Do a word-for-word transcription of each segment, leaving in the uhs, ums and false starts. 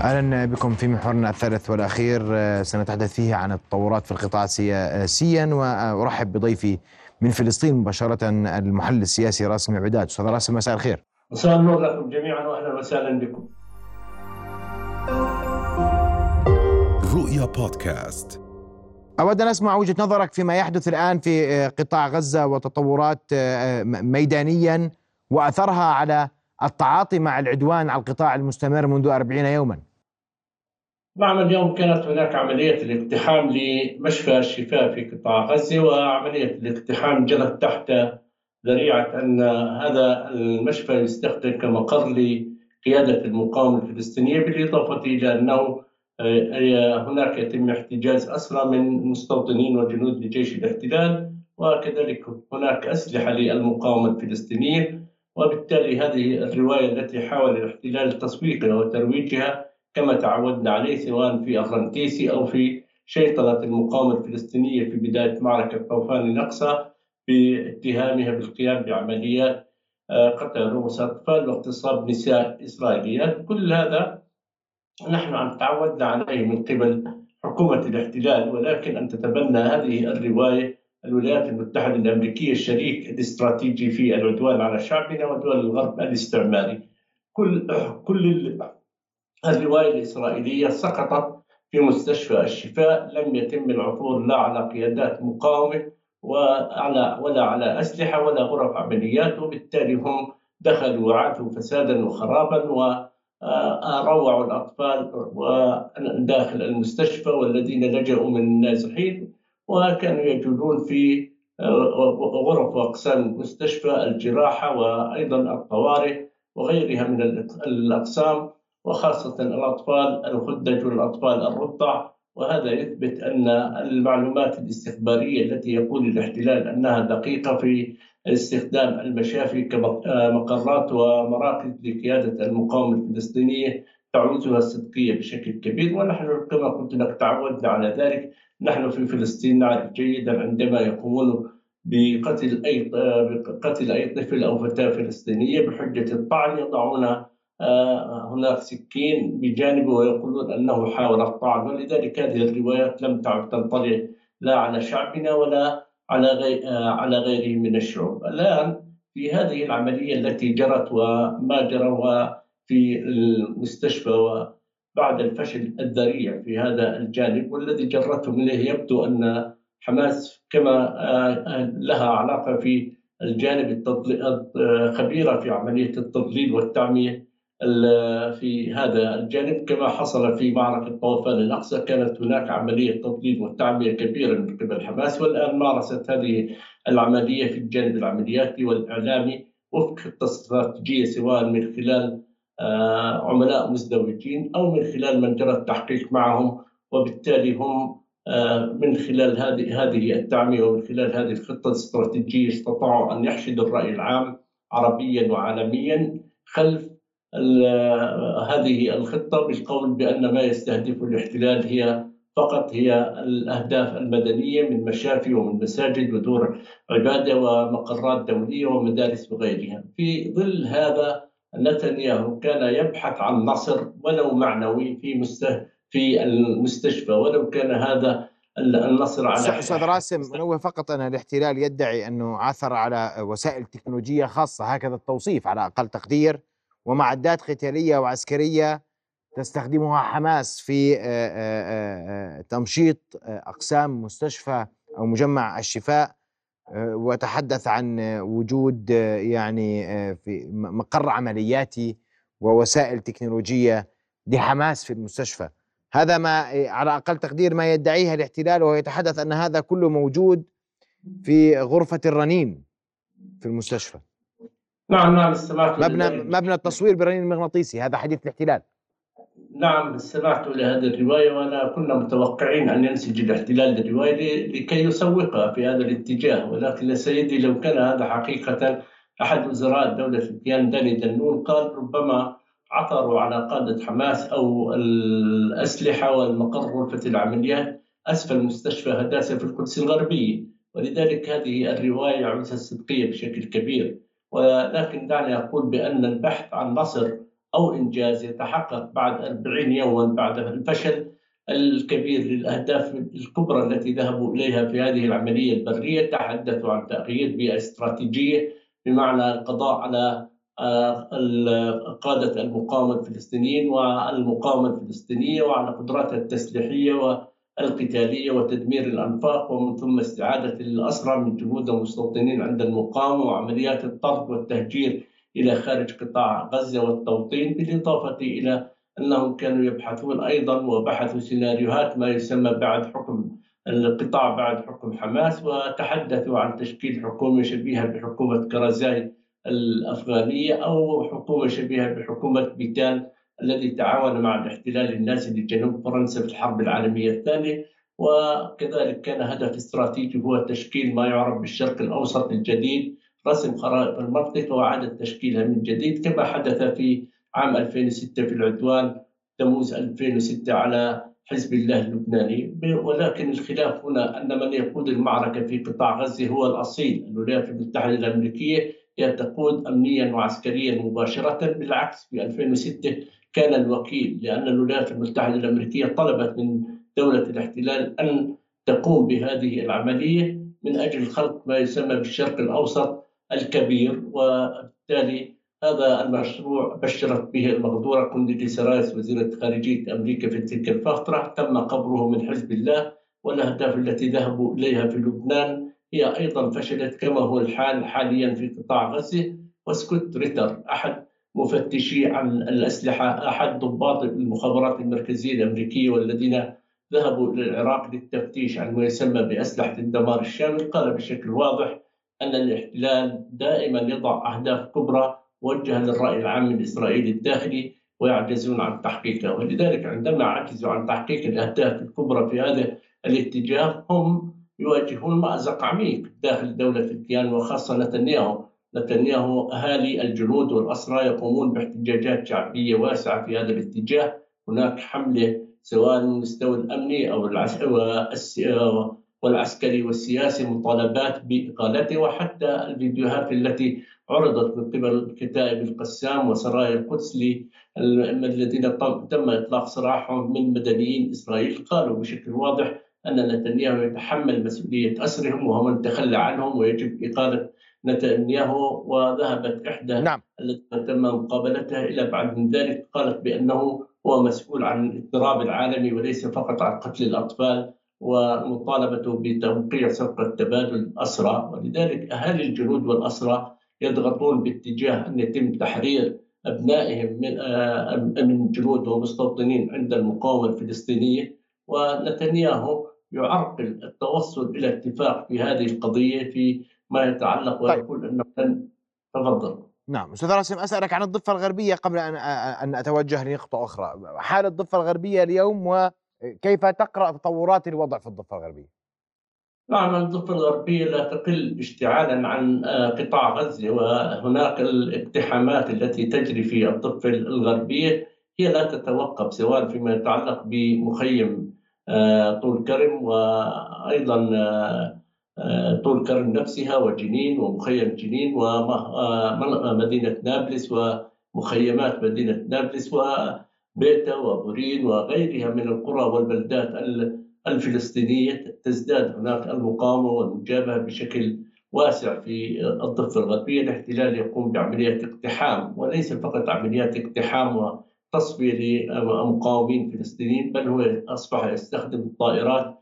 أهلا بكم في محورنا الثالث والأخير، سنتحدث فيه عن التطورات في القطاع سياسيا، وأرحب بضيفي من فلسطين مباشرة المحلل السياسي راسم العبيدات. أستاذ راسم، مساء الخير. مساء النور لكم جميعا وأهلا وسهلا بكم. رؤيا بودكاست. أود أن أسمع وجهة نظرك فيما يحدث الآن في قطاع غزة وتطورات ميدانيا وأثرها على التعاطي مع العدوان على القطاع المستمر منذ أربعين يوما. نعم، اليوم كانت هناك عملية الاقتحام لمشفى الشفاء في قطاع غزة، وعملية الاقتحام جرت تحت ذريعة أن هذا المشفى يستخدم كمقر لقيادة المقاومة الفلسطينية، بالإضافة إلى أنه هناك يتم احتجاز أسرى من مستوطنين وجنود لجيش الاحتلال، وكذلك هناك أسلحة للمقاومة الفلسطينية. وبالتالي هذه الرواية التي حاول الاحتلال تسويقها وترويجها كما تعودنا عليه، سواء في أغرنتيسي أو في شيطنة المقاومة الفلسطينية في بداية معركة طوفان الأقصى باتهامها بالقيام بعمليات قتل رؤوس أطفال واغتصاب نساء إسرائيليات. كل هذا نحن تعودنا عليه من قبل حكومة الاحتلال، ولكن أن تتبنى هذه الرواية الولايات المتحدة الأمريكية الشريك الاستراتيجي في العدوان على شعبنا ودول الغرب الاستعماري. كل كل الرواية الإسرائيلية سقطت في مستشفى الشفاء، لم يتم العثور لا على قيادات مقاومة وعلى ولا على أسلحة ولا غرف عمليات، وبالتالي هم دخلوا وعاتوا فسادا وخرابا وروعوا الأطفال داخل المستشفى والذين لجأوا من النازحين، وكانوا يجولون في غرف وأقسام المستشفى، الجراحة وأيضا الطوارئ وغيرها من الأقسام، وخاصة الأطفال الخدج والأطفال الرضع. وهذا يثبت أن المعلومات الاستخبارية التي يقول الاحتلال أنها دقيقة في استخدام المشافي كمقرات ومراكز لقيادة المقاومة الفلسطينية تعوزها الصدقية بشكل كبير. ونحن كما قلت لك تعودنا على ذلك. نحن في فلسطين نعرف جيدا عندما يقومون بقتل أي بقتل أي طفل أو فتاة فلسطينية بحجة الطعن، يضعون هناك سكين بجانبه ويقولون أنه حاول الطعن. ولذلك هذه الروايات لم تعد تنطلق لا على شعبنا ولا على غير على غيره من الشعوب. الآن في هذه العملية التي جرت وما جرى وفي المستشفى وبعد الفشل الذريع في هذا الجانب والذي جرتهم إليه، يبدو أن حماس كما لها علاقة في الجانب خبيرة في عملية التضليل والتعمية في هذا الجانب، كما حصل في معركة طوفان الأقصى. كانت هناك عملية تضليل وتعمية كبيرة من قبل حماس، والآن مارست هذه العملية في الجانب العملياتي والإعلامي وفق خطة استراتيجية، سواء من خلال عملاء مزدوجين أو من خلال من جرى التحقيق معهم. وبالتالي هم من خلال هذه هذه التعمية ومن خلال هذه الخطة الاستراتيجية استطاعوا أن يحشدوا الرأي العام عربيا وعالميا خلف هذه الخطة، بالقول بأن ما يستهدف الاحتلال هي فقط هي الأهداف المدنية من مشافي ومن مساجد ودور عبادة ومقرات دولية ومدارس وغيرها. في ظل هذا نتنياهو كان يبحث عن نصر ولو معنوي في في المستشفى، ولو كان هذا النصر على أستاذ راسم، نوه فقط أن الاحتلال يدعي أنه عثر على وسائل تكنولوجية خاصة، هكذا التوصيف على أقل تقدير، ومعدات قتالية وعسكرية تستخدمها حماس في تمشيط أقسام مستشفى أو مجمع الشفاء، وتحدث عن وجود يعني في مقر عملياتي ووسائل تكنولوجية لحماس في المستشفى. هذا ما على أقل تقدير ما يدعيه الاحتلال، وهو يتحدث أن هذا كله موجود في غرفة الرنين في المستشفى. نعم نعم استمعت مبنى مبنى التصوير بالرنين المغناطيسي، هذا حديث الاحتلال. نعم استمعت لهذه الرواية، وأنا كنا متوقعين أن ينسج الاحتلال الرواية لكي يسوقها في هذا الاتجاه. ولكن سيدي لو كان هذا حقيقة، أحد وزراء دولة الكيان داني دنون قال ربما عثروا على قادة حماس أو الأسلحة والمقر غرفة العمليات أسفل مستشفى هداسة في القدس الغربية، ولذلك هذه الرواية عزها الصدقية بشكل كبير. ولكن دعني أقول بأن البحث عن نصر أو إنجاز يتحقق بعد أربعين يوما بعد الفشل الكبير للأهداف الكبرى التي ذهبوا إليها في هذه العملية البرية. تحدثوا عن تغيير بيئة استراتيجية بمعنى القضاء على آه، قادة المقاومة الفلسطينيين والمقاومة الفلسطينية وعلى قدراتها التسليحية والقتالية وتدمير الأنفاق، ومن ثم استعادة الأسرى من جنود ومستوطنين عند المقاومة وعمليات الطرد والتهجير إلى خارج قطاع غزة والتوطين، بالإضافة إلى أنهم كانوا يبحثون أيضا وبحثوا سيناريوهات ما يسمى بعد حكم القطاع بعد حكم حماس، وتحدثوا عن تشكيل حكومة شبيهة بحكومة كرزاي الأفغانية أو حكومة شبيهة بحكومة بيتان الذي تعاون مع الاحتلال النازي لجنوب فرنسا في الحرب العالمية الثانية. وكذلك كان هدف استراتيجي هو تشكيل ما يعرف بالشرق الأوسط الجديد، رسم خرائط المنطقة وإعادة تشكيلها من جديد، كما حدث في عام ألفين وستة في العدوان تموز ألفين وستة على حزب الله اللبناني. ولكن الخلاف هنا أن من يقود المعركة في قطاع غزة هو الأصيل الولايات المتحدة الأمريكية، هي تقود أمنيا وعسكريا مباشرة. بالعكس في ألفين وستة كان الوكيل، لأن الولايات المتحدة الأمريكية طلبت من دولة الاحتلال أن تقوم بهذه العملية من أجل خلق ما يسمى بالشرق الأوسط الكبير. وبالتالي هذا المشروع بشرت به المغدورة كونديليزا رايس وزيرة خارجية أمريكا في تلك الفترة، تم قبره من حزب الله، والأهداف التي ذهبوا إليها في لبنان هي أيضا فشلت كما هو الحال حاليا في قطاع غزة. وسكوت ريتر أحد مفتشي عن الأسلحة، أحد ضباط المخابرات المركزية الأمريكية والذين ذهبوا إلى العراق للتفتيش عن ما يسمى بأسلحة الدمار الشامل، قال بشكل واضح أن الاحتلال دائما يضع أهداف كبرى موجهة للرأي العام الإسرائيلي الداخلي ويعجزون عن تحقيقها. ولذلك عندما عجزوا عن تحقيق الأهداف الكبرى في هذا الاتجاه هم يواجهون مأزق عميق داخل دولة الكيان، وخاصة نتنياهو. نتنياهو أهالي الجنود والأسرى يقومون باحتجاجات شعبية واسعة في هذا الاتجاه. هناك حملة سواء من المستوى الأمني أو والعسكري والسياسي، مطالبات بإقالته، وحتى الفيديوهات التي عرضت من قبل كتائب القسام وسرايا القدس الذين تم إطلاق سراحهم من مدنيين إسرائيل قالوا بشكل واضح أن نتنياهو يتحمل مسؤولية أسرهم وهو من تخلى عنهم ويجب إقالة نتنياهو. وذهبت إحدى نعم. التي تم مقابلتها إلى بعد من ذلك قالت بأنه هو مسؤول عن الاضطراب العالمي وليس فقط عن قتل الأطفال، ومطالبته بتوقيع صفقة تبادل الأسرى. ولذلك أهالي الجنود والأسرى يضغطون باتجاه أن يتم تحرير أبنائهم من من جنود ومستوطنين عند المقاومة الفلسطينية. ونتنياهو يعرقل التوصل إلى اتفاق في هذه القضية في ما يتعلق، ويقول أنه لن. تفضل. نعم أستاذ راسم، أسألك عن الضفة الغربية قبل أن أن أتوجه لنقطة أخرى، حال الضفة الغربية اليوم وكيف تقرأ تطورات الوضع في الضفة الغربية؟ نعم، الضفة الغربية لا تقل اشتعالا عن قطاع غزة، وهناك الاقتحامات التي تجري في الضفة الغربية هي لا تتوقف، سواء فيما يتعلق بمخيم طول كرم وأيضا طول كرم نفسها وجنين ومخيم جنين ومدينة نابلس ومخيمات مدينة نابلس وبيتا وبورين وغيرها من القرى والبلدات الفلسطينية. تزداد هناك المقاومة والمجابهة بشكل واسع في الضفة الغربية. الاحتلال يقوم بعمليات اقتحام، وليس فقط عمليات اقتحام وتصفية لمقاومين فلسطينيين، بل هو أصبح يستخدم الطائرات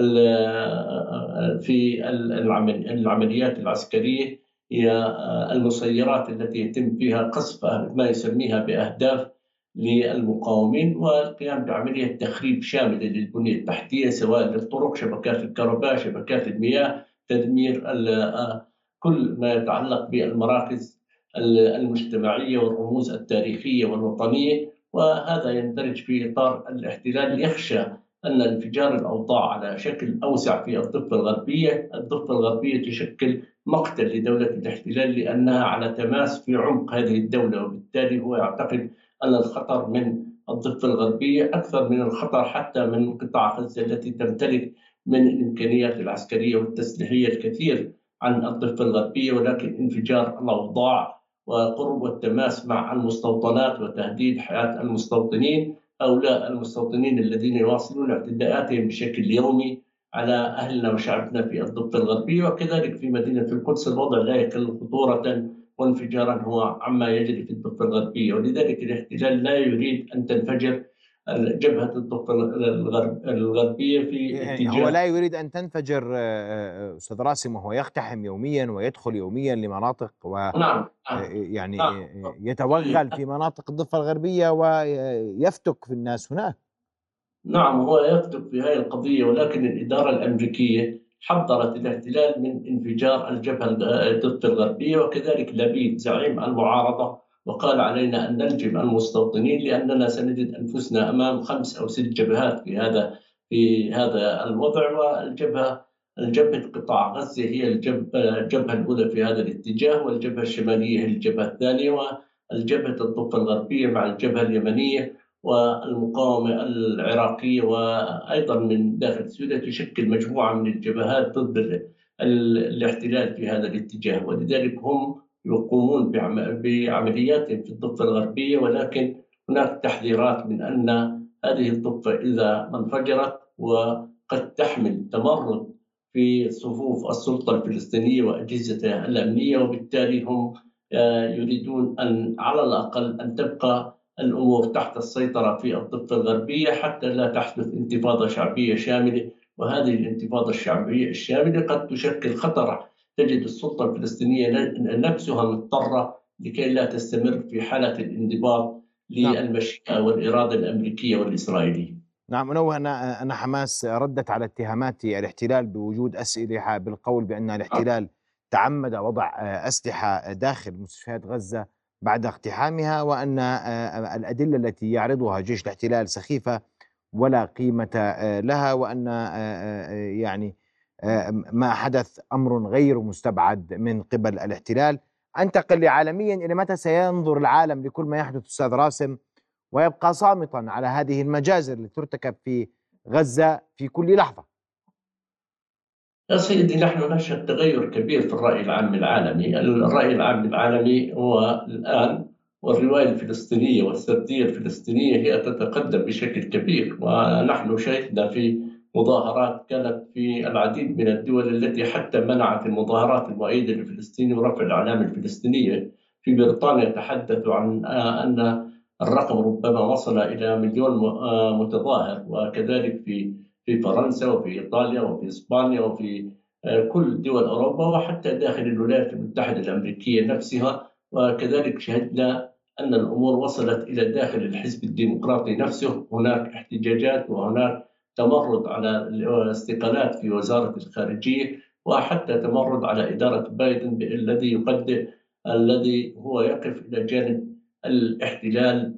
في العمليات العسكرية، هي المسيرات التي يتم فيها قصف ما يسميها بأهداف للمقاومين، والقيام بعملية تخريب شاملة للبنية التحتية سواء للطرق، شبكات الكهرباء، شبكات المياه، تدمير كل ما يتعلق بالمراكز المجتمعية والرموز التاريخية والوطنية. وهذا يندرج في إطار الاحتلال يخشى أن انفجار الأوضاع على شكل أوسع في الضفة الغربية. الضفة الغربية تشكل مقتل لدولة الاحتلال لأنها على تماس في عمق هذه الدولة، وبالتالي هو يعتقد أن الخطر من الضفة الغربية أكثر من الخطر حتى من قطاع غزة التي تمتلك من الإمكانيات العسكرية والتسليحية الكثير عن الضفة الغربية. ولكن انفجار الأوضاع وقرب والتماس مع المستوطنات وتهديد حياة المستوطنين، هؤلاء المستوطنين الذين يواصلون اعتداءاتهم بشكل يومي على أهلنا وشعبنا في الضفة الغربية. وكذلك في مدينة القدس الوضع لا يقل خطورة وانفجارا هو عما يجري في الضفة الغربية، ولذلك الاحتلال لا يريد أن تنفجر جبهة الضفة الغربية في يعني هو لا اتجاه. يريد أن تنفجر آه، آه، أستاذ راسم، وهو يقتحم يوميا ويدخل يوميا لمناطق و نعم نعم يعني نعم يتوغل في مناطق الضفة الغربية ويفتك في الناس هناك. نعم هو يكتب في هذه القضية، ولكن الإدارة الأمريكية حذرت الاحتلال من انفجار الجبهة الضفة الغربية، وكذلك لبيد زعيم المعارضة وقال علينا أن نلجم المستوطنين لأننا سنجد أنفسنا أمام خمس أو ست جبهات في هذا في هذا الوضع. والجبهة الجبهة قطاع غزة هي الجبهة الأولى في هذا الاتجاه، والجبهة الشمالية هي الجبهة الثانية، والجبهة الضفة الغربية مع الجبهة اليمنية والمقاومة العراقية وأيضا من داخل سوريا تشكل مجموعة من الجبهات ضد الاحتلال في هذا الاتجاه. ولذلك هم يقومون بعمليات في الضفة الغربية، ولكن هناك تحذيرات من أن هذه الضفة إذا ما انفجرت وقد تحمل تمرد في صفوف السلطة الفلسطينية وأجهزتها الأمنية، وبالتالي هم يريدون أن على الأقل أن تبقى الأمور تحت السيطرة في الضفة الغربية حتى لا تحدث انتفاضة شعبية شاملة. وهذه الانتفاضة الشعبية الشاملة قد تشكل خطر، تجد السلطة الفلسطينية نفسها مضطرة لكي لا تستمر في حالة الانضباط نعم للمشيئة والإرادة الأمريكية والإسرائيلية. نعم أنوه أن أن حماس ردت على اتهامات الاحتلال بوجود أسلحة، بالقول بأن الاحتلال تعمد وضع أسلحة داخل مستشفيات غزة بعد اقتحامها، وأن الأدلة التي يعرضها جيش الاحتلال سخيفة ولا قيمة لها، وأن يعني ما حدث أمر غير مستبعد من قبل الاحتلال. أنتقل عالميا، إلى متى سينظر العالم لكل ما يحدث أستاذ راسم ويبقى صامتا على هذه المجازر التي ترتكب في غزة في كل لحظة؟ يا سيدي نحن نشهد تغير كبير في الرأي العام العالمي. الرأي العام العالمي هو الآن والرواية الفلسطينية والسردية الفلسطينية هي تتقدم بشكل كبير، ونحن شهدنا في مظاهرات كانت في العديد من الدول التي حتى منعت المظاهرات المؤيدة لفلسطين ورفع الأعلام الفلسطينية. في بريطانيا تحدثوا عن أن الرقم ربما وصل إلى مليون متظاهر، وكذلك في في فرنسا وفي إيطاليا وفي إسبانيا وفي كل دول أوروبا وحتى داخل الولايات المتحدة الأمريكية نفسها. وكذلك شهدنا أن الأمور وصلت إلى داخل الحزب الديمقراطي نفسه، هناك احتجاجات وهناك تمرد على الاستقالات في وزارة الخارجية، وحتى تمرد على إدارة بايدن الذي يقدم الذي هو يقف إلى جانب الاحتلال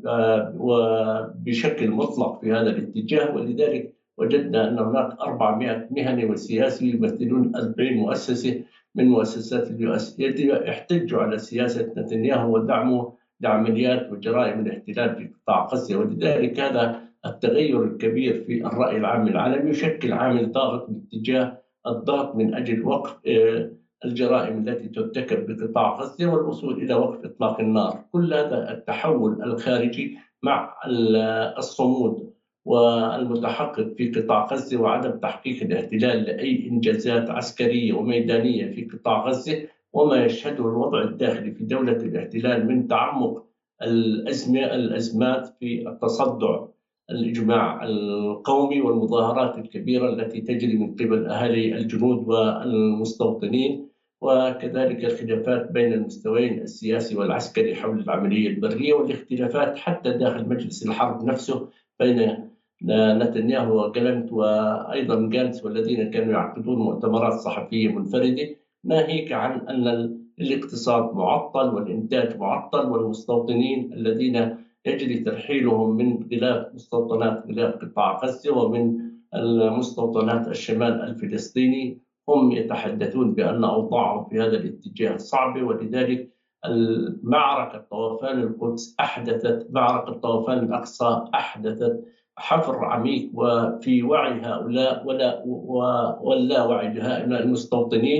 وبشكل مطلق في هذا الاتجاه. ولذلك وجدنا أن هناك أربعمائة مهني وسياسي يمثلون أربعين مؤسسة من مؤسسات اليو اس احتجوا على سياسة نتنياهو ودعمه لعمليات وجرائم الاحتلال في قطاع غزة. ولذلك هذا التغير الكبير في الرأي العام العالمي يشكل عامل ضاغط باتجاه الضغط من أجل وقف الجرائم التي ترتكب بقطاع غزة والوصول إلى وقف إطلاق النار. كل هذا التحول الخارجي مع الصمود والمتحقق في قطاع غزة وعدم تحقيق الاحتلال لأي إنجازات عسكرية وميدانية في قطاع غزة، وما يشهده الوضع الداخلي في دولة الاحتلال من تعمق الأزمة الأزمات في التصدع الإجماع القومي والمظاهرات الكبيرة التي تجري من قبل أهالي الجنود والمستوطنين، وكذلك الخلافات بين المستويين السياسي والعسكري حول العملية البرية، والاختلافات حتى داخل مجلس الحرب نفسه بين نتنياهو وجالنت وأيضا جانتس، والذين كانوا يعقدون مؤتمرات صحفية منفردة ناهيك عن أن الاقتصاد معطل والإنتاج معطل، والمستوطنين الذين يجري ترحيلهم من غلاف مستوطنات غلاف قطاع غزة ومن المستوطنات الشمال الفلسطيني هم يتحدثون بأن أوضاعهم في هذا الاتجاه صعبة. ولذلك معركة طوفان القدس أحدثت معركة طوفان الأقصى أحدثت حفر عميق وفي وعي هؤلاء ولا ولا وعي لهؤلاء المستوطنين،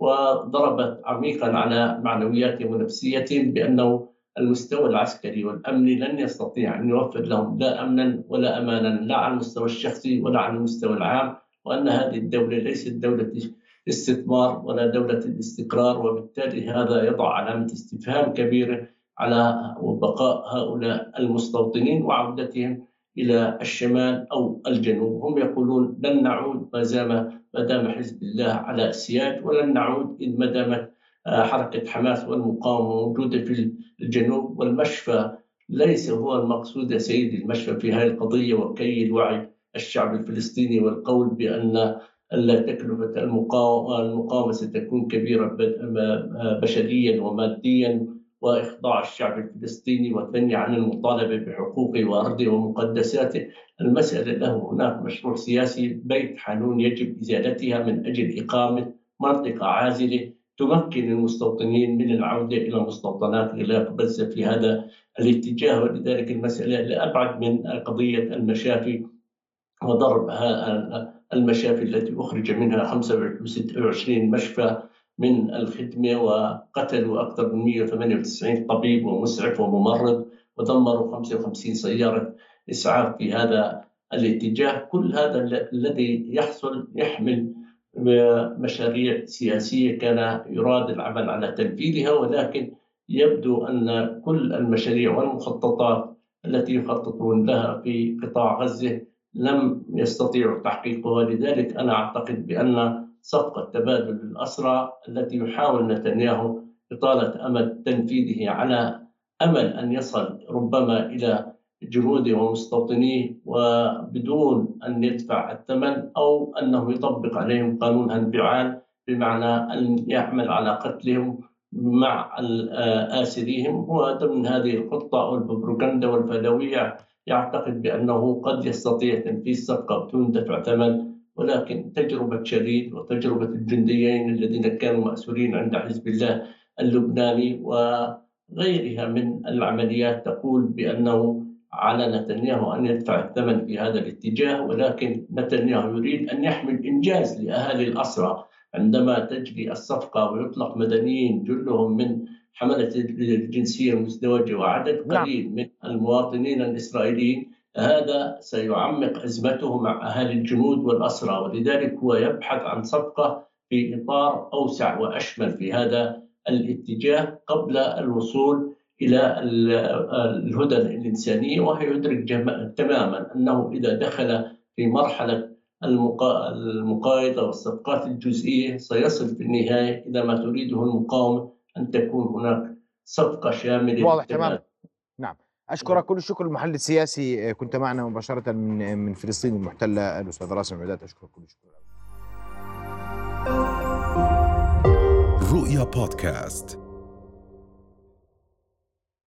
وضربت عميقا على معنوياتهم ونفسيتهم بأنه المستوى العسكري والأمني لن يستطيع أن يوفر لهم لا أمنا ولا أمانا، لا على المستوى الشخصي ولا على المستوى العام، وأن هذه الدولة ليست دولة استثمار ولا دولة الاستقرار. وبالتالي هذا يضع علامة استفهام كبيرة على بقاء هؤلاء المستوطنين وعودتهم إلى الشمال أو الجنوب. هم يقولون لن نعود ما دام حزب الله على السياد، ولن نعود إذ ما دامت حركة حماس والمقاومة موجودة في الجنوب. والمشفى ليس هو المقصود يا سيدي، المشفى في هذه القضية وكي الوعي الشعب الفلسطيني والقول بأن تكلفة المقاومة ستكون كبيرة بشريا وماديا، وإخضاع الشعب الفلسطيني والثني عن المطالبة بحقوقه وأرضه ومقدساته. المسألة له هناك مشروع سياسي، بيت حانون يجب إزالتها من أجل إقامة منطقة عازلة تمكن المستوطنين من العودة إلى مستوطنات غلاف غزة في هذا الاتجاه. ولذلك المسألة لأبعد من قضية المشافي وضرب المشافي التي أخرج منها خمسة وستة وعشرين مشفى من الخدمة، وقتلوا أكثر من مئة وثمانية وتسعين طبيب ومسعف وممرض، ودمروا خمسة وخمسين سيارة إسعاف في هذا الاتجاه. كل هذا الذي يحصل يحمل مشاريع سياسية كان يراد العمل على تنفيذها، ولكن يبدو أن كل المشاريع والمخططات التي يخططون لها في قطاع غزة لم يستطيعوا تحقيقها. لذلك أنا أعتقد بأن صفقة تبادل الأسرى التي يحاول نتنياهو إطالة أمد تنفيذه على أمل أن يصل ربما إلى جنوده ومستوطنيه وبدون أن يدفع الثمن، أو أنه يطبق عليهم قانون هنبعال، بمعنى أن يعمل على قتلهم مع آسريهم. هو ضمن هذه الخطة أو البروباغندا والفلوية يعتقد بأنه قد يستطيع تنفيذ صفقة بدون دفع ثمن، ولكن تجربة شريد وتجربة الجنديين الذين كانوا مأسورين عند حزب الله اللبناني وغيرها من العمليات تقول بأنه على نتنياهو أن يدفع الثمن في هذا الاتجاه. ولكن نتنياهو يريد أن يحمل إنجاز لأهالي الأسرى عندما تجري الصفقة ويطلق مدنيين جلهم من حملة الجنسية المزدوجة وعدد قليل من المواطنين الإسرائيليين. هذا سيعمق أزمته مع أهالي الجنود والأسرى، ولذلك هو يبحث عن صفقة في إطار أوسع وأشمل في هذا الاتجاه قبل الوصول إلى الهدى الإنسانية. وهي يدرك تماما أنه إذا دخل في مرحلة المقايضة والصفقات الجزئية سيصل في النهاية إلى ما تريده المقاومة، أن تكون هناك صفقة شاملة. واضح تماما. نعم، أشكرك كل الشكر. المحلل السياسي كنت معنا مباشرة من من فلسطين المحتلة الأستاذ راسم عداد، أشكرك كل الشكر. رؤيا بودكاست.